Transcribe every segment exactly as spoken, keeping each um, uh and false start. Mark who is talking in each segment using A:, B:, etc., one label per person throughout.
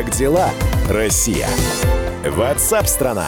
A: Как дела, Россия? WhatsApp-страна.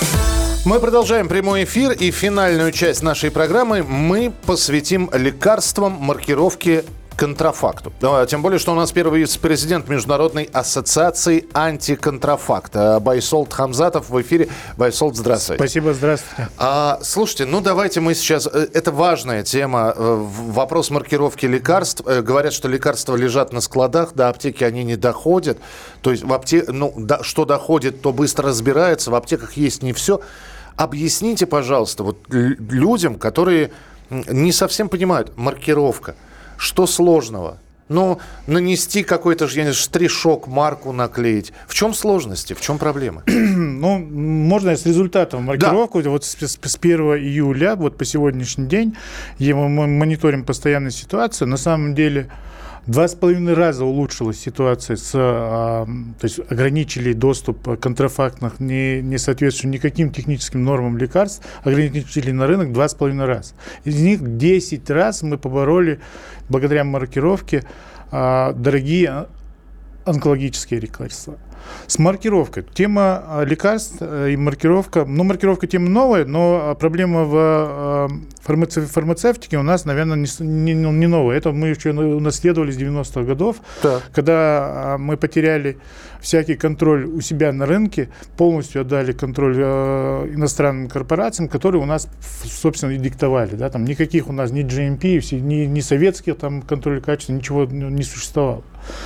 B: Мы продолжаем прямой эфир, и финальную часть нашей программы мы посвятим лекарствам, маркировке, контрафакту. Тем более, что у нас первый вице-президент Международной ассоциации антиконтрафакт Байсолт Хамзатов в эфире. Байсолт, здравствуйте.
C: Спасибо, здравствуйте.
B: А, слушайте, ну давайте мы сейчас... Это важная тема, вопрос маркировки лекарств. Говорят, что лекарства лежат на складах, до аптеки они не доходят. То есть в аптеке, ну, да, что доходит, то быстро разбирается. В аптеках есть не все. Объясните, пожалуйста, вот людям, которые не совсем понимают, маркировка. Что сложного? Ну, нанести какой-то же, я не знаю, штришок, марку наклеить. В чем сложности? В чем проблемы?
C: Ну, можно с результатом маркировку. Да. Вот с, с первого июля, вот по сегодняшний день, мы мониторим постоянную ситуацию. На самом деле, два с половиной раза улучшилась ситуация, с, а, то есть ограничили доступ контрафактных, не, не соответствующих никаким техническим нормам лекарств, ограничили на рынок два с половиной раз. Из них десять раз мы побороли, благодаря маркировке, а, дорогие онкологические лекарства. С маркировкой. Тема лекарств и маркировка. Ну, маркировка тема новая, но проблема в фармаце- фармацевтике у нас, наверное, не, не, не новая. Это мы еще унаследовали с девяностых годов, так. Когда мы потеряли всякий контроль у себя на рынке, полностью отдали контроль э, иностранным корпорациям, которые у нас, собственно, и диктовали. Да? Там никаких у нас ни джи эм пи, ни, ни советских там, контроль качества, ничего не существовало.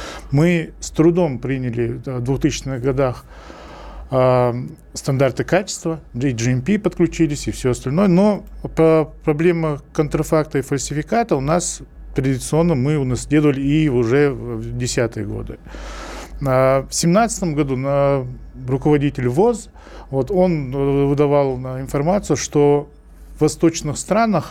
C: Мы с трудом приняли в двухтысячных годах э, стандарты качества, джи эм пи подключились и все остальное, но по проблема контрафакта и фальсификата у нас традиционно мы унаследовали и уже в десятые годы. В две тысячи семнадцатом году на руководитель ВОЗ, вот он выдавал информацию, что в восточных странах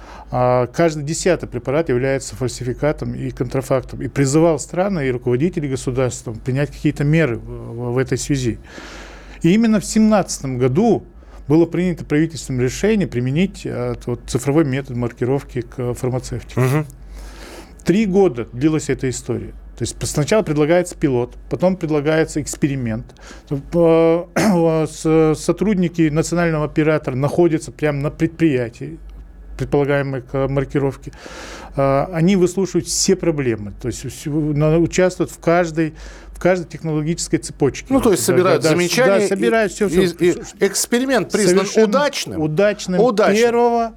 C: каждый десятый препарат является фальсификатом и контрафактом. И призывал страны и руководителей государств принять какие-то меры в, в этой связи. И именно в две тысячи семнадцатом году было принято правительством решение применить вот, цифровой метод маркировки к фармацевтике. Угу. Три года длилась эта история. То есть сначала предлагается пилот, потом предлагается эксперимент. Сотрудники национального оператора находятся прямо на предприятии, предполагаемой маркировки. Они выслушивают все проблемы, то есть участвуют в каждой, в каждой технологической цепочке.
B: Ну, то есть собирают да, замечания.
C: Да, собирают
B: и,
C: все, все.
B: И, и эксперимент признан удачным.
C: Удачным.
B: удачным.
C: первого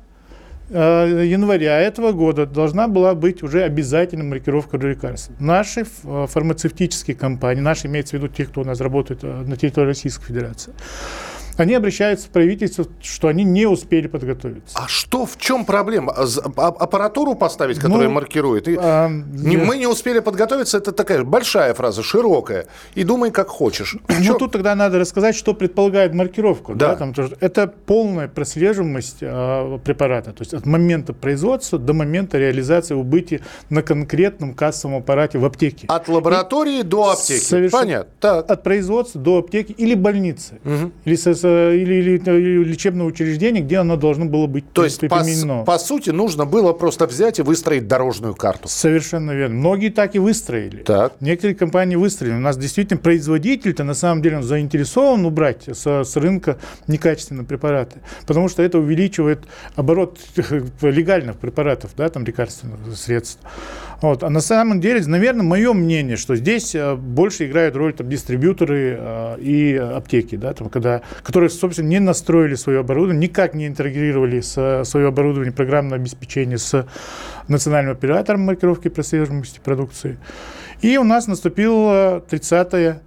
C: января этого года должна была быть уже обязательная маркировка лекарств. Наши фармацевтические компании, наши имеется в виду те, кто у нас работает на территории Российской Федерации, они обращаются в правительство, что они не успели подготовиться.
B: А что, в чем проблема? Аппаратуру поставить, которая ну, маркирует? И а, не, мы не успели подготовиться, это такая большая фраза, широкая. И думай, как хочешь.
C: Ну, Чё? Тут тогда надо рассказать, что предполагает маркировку. Да. Да, там, это полная прослеживаемость а, препарата. То есть от момента производства до момента реализации убытия на конкретном кассовом аппарате в аптеке.
B: От лаборатории и до аптеки. Совершенно. Понятно. Так.
C: От производства до аптеки или больницы. Угу. Или со Или, или, или лечебное учреждение, где оно должно было быть
B: То есть, по, по сути, нужно было просто взять и выстроить дорожную карту.
C: Совершенно верно. Многие так и выстроили.
B: Так.
C: Некоторые компании выстроили. У нас действительно производитель-то на самом деле он заинтересован убрать с, с рынка некачественные препараты, потому что это увеличивает оборот легальных препаратов, да, там, лекарственных средств. Вот. А на самом деле, наверное, мое мнение, что здесь больше играют роль там, дистрибьюторы э, и аптеки, да, там, когда, которые, собственно, не настроили свое оборудование, никак не интегрировали со, свое оборудование, программное обеспечение с национальным оператором маркировки и прослеживаемости продукции. И у нас наступило тридцатое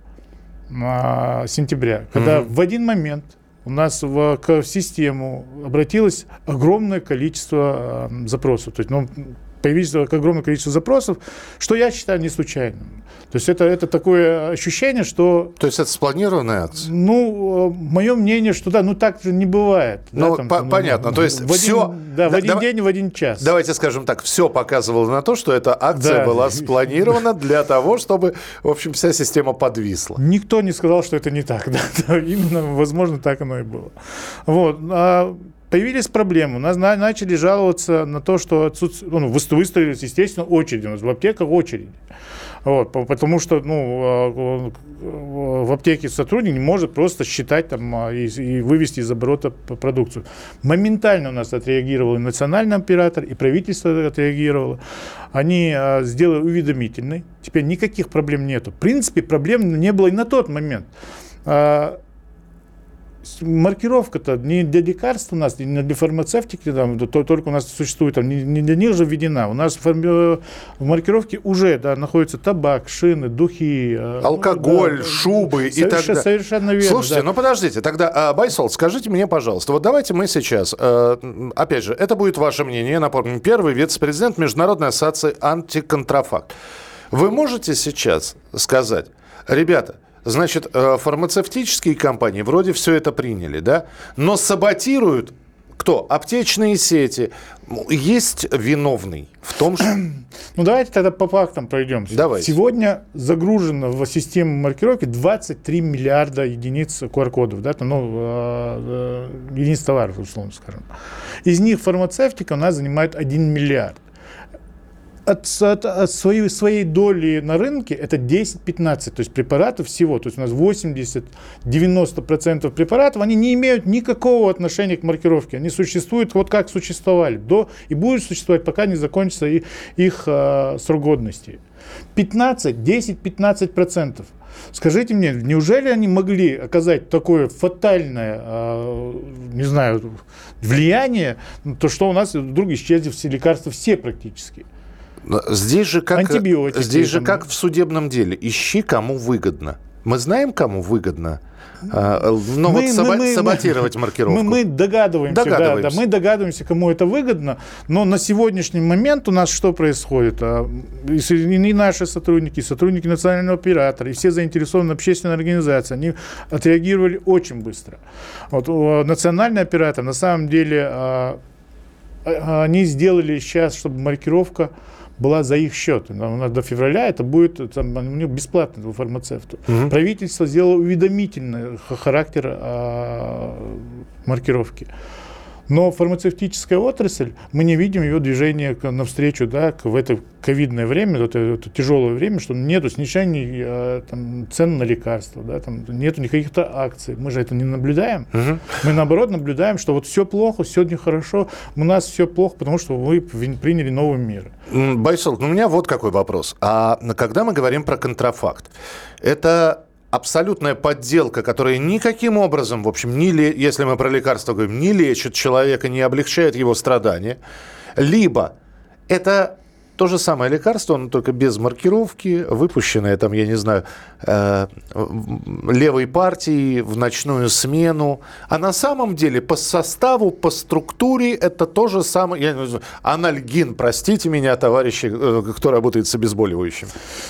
C: сентября, когда mm-hmm. в один момент у нас в, в систему обратилось огромное количество э, запросов. То есть, ну, появилось огромное количество запросов, что я считаю не случайным. То есть это, это такое ощущение, что...
B: То есть это спланированная акция?
C: Ну, мое мнение, что да, ну так же не бывает.
B: Ну,
C: да, там,
B: по-
C: ну,
B: понятно.
C: Ну,
B: то есть
C: в один,
B: все...
C: Да, в
B: да,
C: один
B: давай,
C: день, в один час.
B: Давайте скажем так, все показывало на то, что эта акция
C: да.
B: была спланирована для того, чтобы, в общем, вся система подвисла.
C: Никто не сказал, что это не так. Да, да, именно, возможно, так оно и было. Вот. А Появились проблемы. У нас на, начали жаловаться на то, что отсутствует, ну, выстроились, естественно, очереди. У нас в аптеках очереди. Вот, потому что ну, в аптеке сотрудник не может просто считать там, и, и вывести из оборота продукцию. Моментально у нас отреагировал и национальный оператор, и правительство отреагировало. Они а, сделали уведомительный. Теперь никаких проблем нету. В принципе, проблем не было и на тот момент. А, маркировка-то не для лекарств у нас, не для фармацевтики, там, то, только у нас существует, там, не, не для них же введена. У нас в, форми... в маркировке уже да, находятся табак, шины, духи.
B: Алкоголь, ну, да, шубы
C: совершенно,
B: и так далее.
C: Совершенно верно.
B: Слушайте,
C: да.
B: ну подождите, тогда, Байсол, скажите мне, пожалуйста, вот давайте мы сейчас, опять же, это будет ваше мнение, я напомню, первый вице-президент Международной ассоциации антиконтрафакт. Вы можете сейчас сказать, ребята, значит, фармацевтические компании вроде все это приняли, да? Но саботируют кто? Аптечные сети. Есть виновный в том, что...
C: Ну, давайте тогда по фактам пройдемся.
B: Давайте.
C: Сегодня загружено в систему маркировки двадцать три миллиарда единиц ку ар кодов, да, ну, единиц товаров, условно скажем. Из них фармацевтика у нас занимает один миллиард. От, от, от своей, своей доли на рынке это десять-пятнадцать, то есть препаратов всего. То есть у нас восемьдесят-девяносто процентов препаратов, они не имеют никакого отношения к маркировке. Они существуют вот как существовали до и будут существовать, пока не закончится их, их э, срок годности. пятнадцать, десять-пятнадцать процентов. Скажите мне, неужели они могли оказать такое фатальное, э, не знаю, влияние, то что у нас вдруг исчезли все лекарства, все практически?
B: Здесь же как,
C: антибиотики,
B: здесь же
C: там,
B: как в судебном деле. Ищи, кому выгодно. Мы знаем, кому выгодно а, ну, мы, вот саба- мы, саботировать
C: мы,
B: маркировку.
C: Мы, мы догадываемся,
B: догадываемся.
C: Да, да, мы догадываемся, кому это выгодно, но на сегодняшний момент у нас что происходит? И, и наши сотрудники, и сотрудники национального оператора, и все заинтересованные общественные организации, они отреагировали очень быстро. Вот, национальный оператор, на самом деле, они сделали сейчас, чтобы маркировка была за их счет. У нас до февраля это будет там, у них бесплатно фармацевту. Угу. Правительство сделало уведомительный характер а, маркировки. Но фармацевтическая отрасль, мы не видим ее движения навстречу, да, в это ковидное время, это, это тяжелое время, что нету снижения там, цен на лекарства, да, там, нету никаких-то акций. Мы же это не наблюдаем. Угу. Мы, наоборот, наблюдаем, что вот все плохо, все нехорошо, у нас все плохо, потому что вы приняли новые меры.
B: Байсол, у меня вот какой вопрос. А когда мы говорим про контрафакт, это... абсолютная подделка, которая никаким образом, в общем, не ле... если мы про лекарства говорим, не лечит человека, не облегчает его страдания, либо это то же самое лекарство, но только без маркировки, выпущенное, там, я не знаю, э, левой партией в ночную смену. А на самом деле по составу, по структуре это то же самое. Я не знаю, анальгин, простите меня, товарищи, э, кто работает с обезболивающим.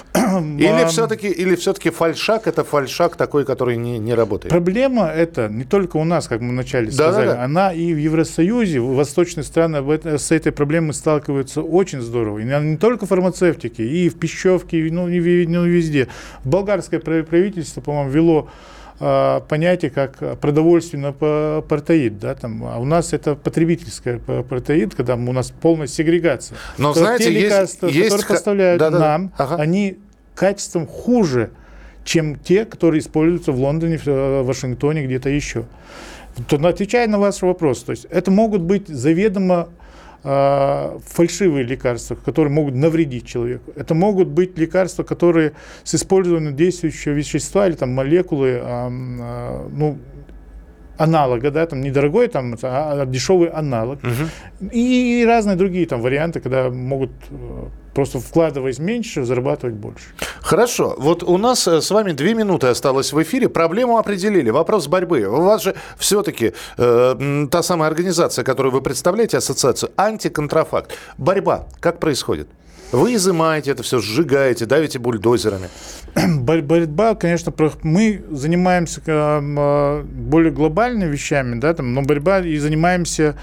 B: Или все-таки, или все-таки фальшак, это фальшак такой, который не, не работает?
C: Проблема это не только у нас, как мы вначале сказали,
B: Да-да-да.
C: Она и в Евросоюзе, в восточные страны с этой проблемой сталкиваются очень здорово. И не только в фармацевтике, и в пищевке, ну, и везде. Болгарское правительство, по-моему, ввело э, понятие как продовольственный апартеид, да, там, а у нас это потребительский апартеид, когда у нас полная сегрегация.
B: Но,
C: то
B: знаете,
C: те
B: есть,
C: лекарства,
B: есть...
C: которые поставляют
B: да, да,
C: нам,
B: ага.
C: они качеством хуже, чем те, которые используются в Лондоне, в Вашингтоне, где-то еще. То, отвечая на ваш вопрос, то есть это могут быть заведомо э, фальшивые лекарства, которые могут навредить человеку. Это могут быть лекарства, которые с использованием действующего вещества или там, молекулы, э, э, ну, аналога, да, там недорогой, там, а дешевый аналог. Угу. И, и разные другие там варианты, когда могут просто вкладываясь меньше, зарабатывать больше.
B: Хорошо. Вот у нас с вами две минуты осталось в эфире. Проблему определили. Вопрос борьбы. У вас же все-таки э, та самая организация, которую вы представляете, ассоциацию антиконтрафакт. Борьба как происходит? Вы изымаете это все, сжигаете, давите бульдозерами.
C: Борьба, конечно, мы занимаемся более глобальными вещами, да, там, но борьба и занимаемся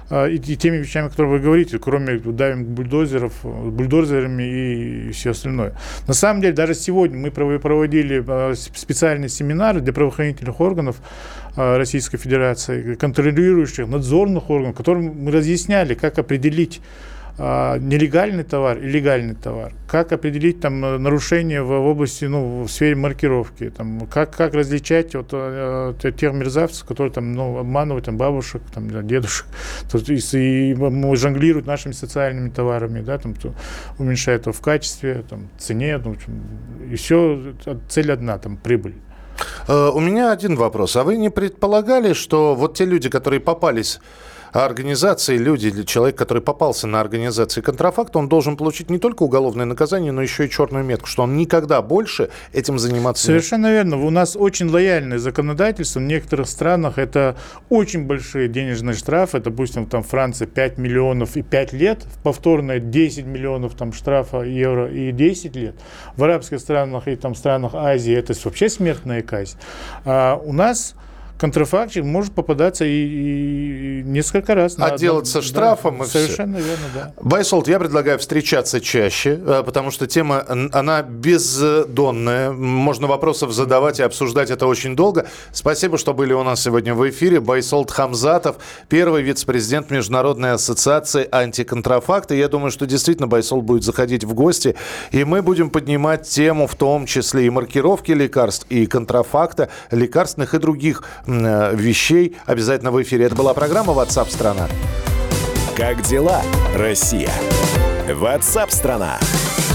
C: и, и теми вещами, которые вы говорите, кроме давим бульдозеров, бульдозерами и все остальное. На самом деле, даже сегодня мы проводили специальные семинары для правоохранительных органов Российской Федерации, контролирующих, надзорных органов, которым мы разъясняли, как определить нелегальный товар и легальный товар, как определить там нарушения в, в области, ну, в сфере маркировки, там, как, как различать вот, тех мерзавцев, которые там, ну, обманывают там, бабушек, там, дедушек, то, и, и жонглируют нашими социальными товарами, да, там, уменьшают его в качестве, там, цене, ну, и все, цель одна, там, прибыль.
B: У меня один вопрос. А вы не предполагали, что вот те люди, которые попались организации, люди или человек, который попался на организации контрафакта, он должен получить не только уголовное наказание, но еще и черную метку, что он никогда больше этим заниматься не будет.
C: Совершенно верно. У нас очень лояльное законодательство. В некоторых странах это очень большие денежные штрафы. Допустим, там Франция пять миллионов и пять лет, повторное десять миллионов там, штрафа евро и десять лет. В арабских странах и там, странах Азии это вообще смертная казнь. А у нас контрафактчик может попадаться и, и несколько раз.
B: Отделаться
C: на,
B: штрафом
C: да,
B: и
C: совершенно
B: все.
C: Верно, да.
B: Байсолт, я предлагаю встречаться чаще, потому что тема, она бездонная. Можно вопросов задавать и обсуждать это очень долго. Спасибо, что были у нас сегодня в эфире. Байсолт Хамзатов, первый вице-президент Международной ассоциации антиконтрафакта. Я думаю, что действительно Байсолт будет заходить в гости, и мы будем поднимать тему, в том числе и маркировки лекарств, и контрафакта, лекарственных и других вещей обязательно в эфире. Это была программа WhatsApp страна.
A: Как дела, Россия? WhatsApp страна.